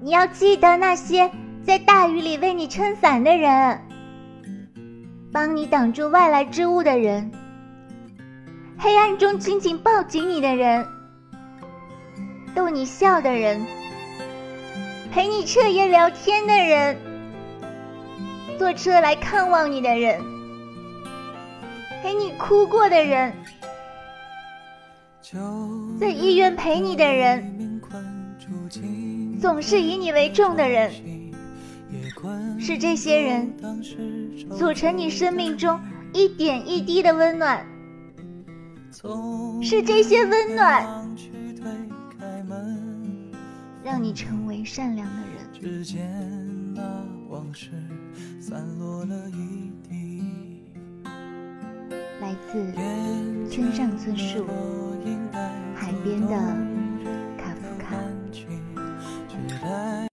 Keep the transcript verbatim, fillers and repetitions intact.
你要记得那些在大雨里为你撑伞的人，帮你挡住外来之物的人，黑暗中紧紧抱紧你的人，逗你笑的人，陪你彻夜聊天的人，坐车来看望你的人，陪你哭过的人，在医院陪你的人，总是以你为重的人，是这些人组成你生命中一点一滴的温暖，是这些温暖让你成为善良的人。 之间那往事散落了一地， 来自村上春树，海边的